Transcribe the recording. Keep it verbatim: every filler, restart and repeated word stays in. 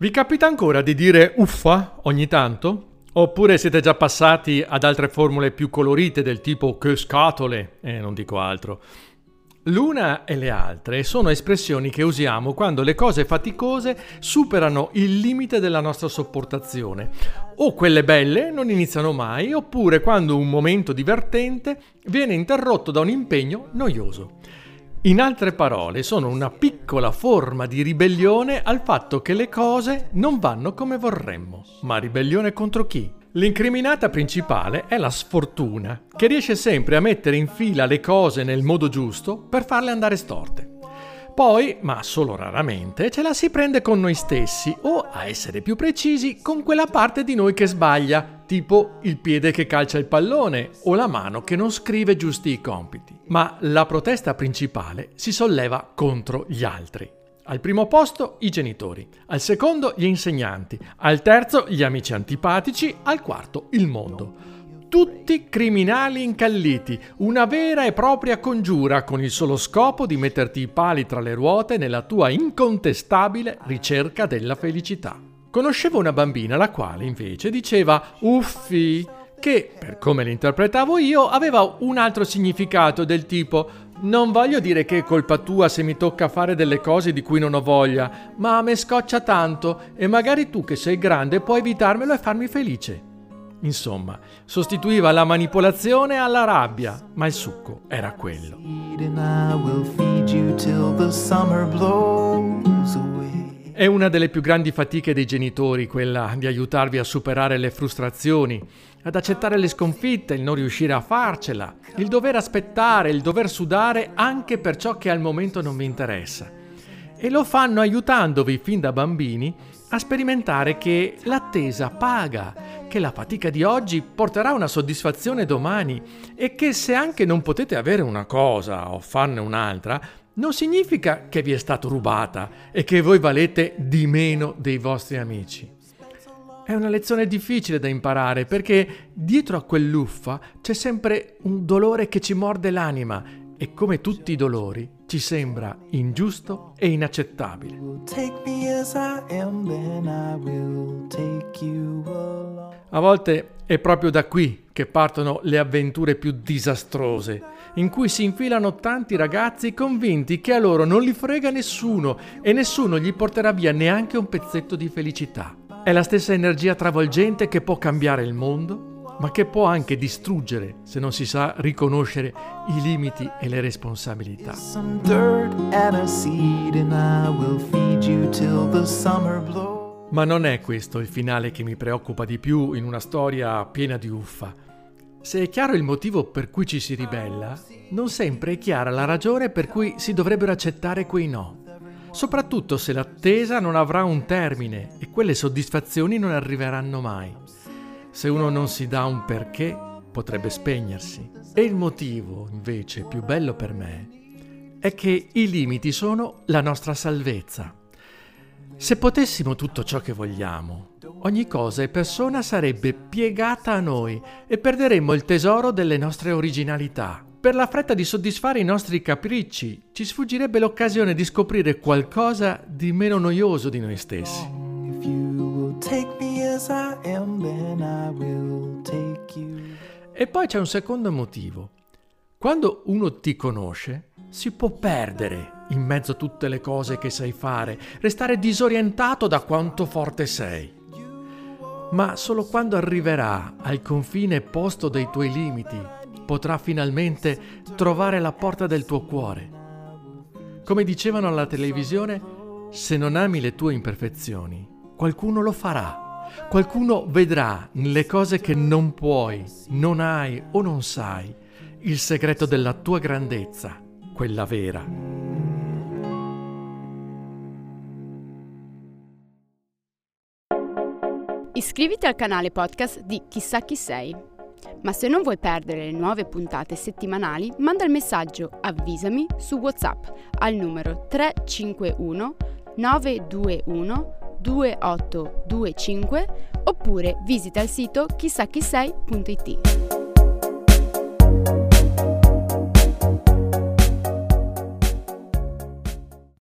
Vi capita ancora di dire uffa ogni tanto? Oppure siete già passati ad altre formule più colorite del tipo che scatole? E eh, non dico altro. L'una e le altre sono espressioni che usiamo quando le cose faticose superano il limite della nostra sopportazione, o quelle belle non iniziano mai, oppure quando un momento divertente viene interrotto da un impegno noioso. In altre parole, sono una piccola forma di ribellione al fatto che le cose non vanno come vorremmo. Ma ribellione contro chi? L'incriminata principale è la sfortuna, che riesce sempre a mettere in fila le cose nel modo giusto per farle andare storte. Poi, ma solo raramente, ce la si prende con noi stessi o, a essere più precisi, con quella parte di noi che sbaglia, tipo il piede che calcia il pallone o la mano che non scrive giusti i compiti. Ma la protesta principale si solleva contro gli altri. Al primo posto i genitori, al secondo gli insegnanti, al terzo gli amici antipatici, al quarto il mondo. Tutti criminali incalliti, una vera e propria congiura con il solo scopo di metterti i pali tra le ruote nella tua incontestabile ricerca della felicità. Conoscevo una bambina la quale invece diceva uffi, che, per come l'interpretavo io, aveva un altro significato del tipo non voglio dire che è colpa tua se mi tocca fare delle cose di cui non ho voglia, ma me scoccia tanto e magari tu che sei grande puoi evitarmelo e farmi felice. Insomma, sostituiva la manipolazione alla rabbia, ma il succo era quello. È una delle più grandi fatiche dei genitori quella di aiutarvi a superare le frustrazioni, ad accettare le sconfitte, il non riuscire a farcela, il dover aspettare, il dover sudare anche per ciò che al momento non vi interessa. E lo fanno aiutandovi fin da bambini a sperimentare che l'attesa paga, che la fatica di oggi porterà una soddisfazione domani e che se anche non potete avere una cosa o farne un'altra, non significa che vi è stato rubata e che voi valete di meno dei vostri amici. È una lezione difficile da imparare perché dietro a quell'uffa c'è sempre un dolore che ci morde l'anima e come tutti i dolori ci sembra ingiusto e inaccettabile. A volte è proprio da qui che partono le avventure più disastrose, in cui si infilano tanti ragazzi convinti che a loro non li frega nessuno e nessuno gli porterà via neanche un pezzetto di felicità. È la stessa energia travolgente che può cambiare il mondo, ma che può anche distruggere se non si sa riconoscere i limiti e le responsabilità. Ma non è questo il finale che mi preoccupa di più in una storia piena di uffa. Se è chiaro il motivo per cui ci si ribella, non sempre è chiara la ragione per cui si dovrebbero accettare quei no. Soprattutto se l'attesa non avrà un termine e quelle soddisfazioni non arriveranno mai. Se uno non si dà un perché, potrebbe spegnersi. E il motivo, invece, più bello per me, è che i limiti sono la nostra salvezza. Se potessimo tutto ciò che vogliamo, ogni cosa e persona sarebbe piegata a noi e perderemmo il tesoro delle nostre originalità. Per la fretta di soddisfare i nostri capricci, ci sfuggirebbe l'occasione di scoprire qualcosa di meno noioso di noi stessi. E poi c'è un secondo motivo. Quando uno ti conosce, si può perdere in mezzo a tutte le cose che sai fare, restare disorientato da quanto forte sei. Ma solo quando arriverà al confine posto dei tuoi limiti, potrà finalmente trovare la porta del tuo cuore. Come dicevano alla televisione, se non ami le tue imperfezioni, qualcuno lo farà. Qualcuno vedrà nelle cose che non puoi, non hai o non sai, il segreto della tua grandezza, quella vera. Iscriviti al canale podcast di Chissà chi sei. Ma se non vuoi perdere le nuove puntate settimanali, manda il messaggio Avvisami su WhatsApp al numero tre cinque uno nove due uno due otto due cinque oppure visita il sito chissà chi sei punto it.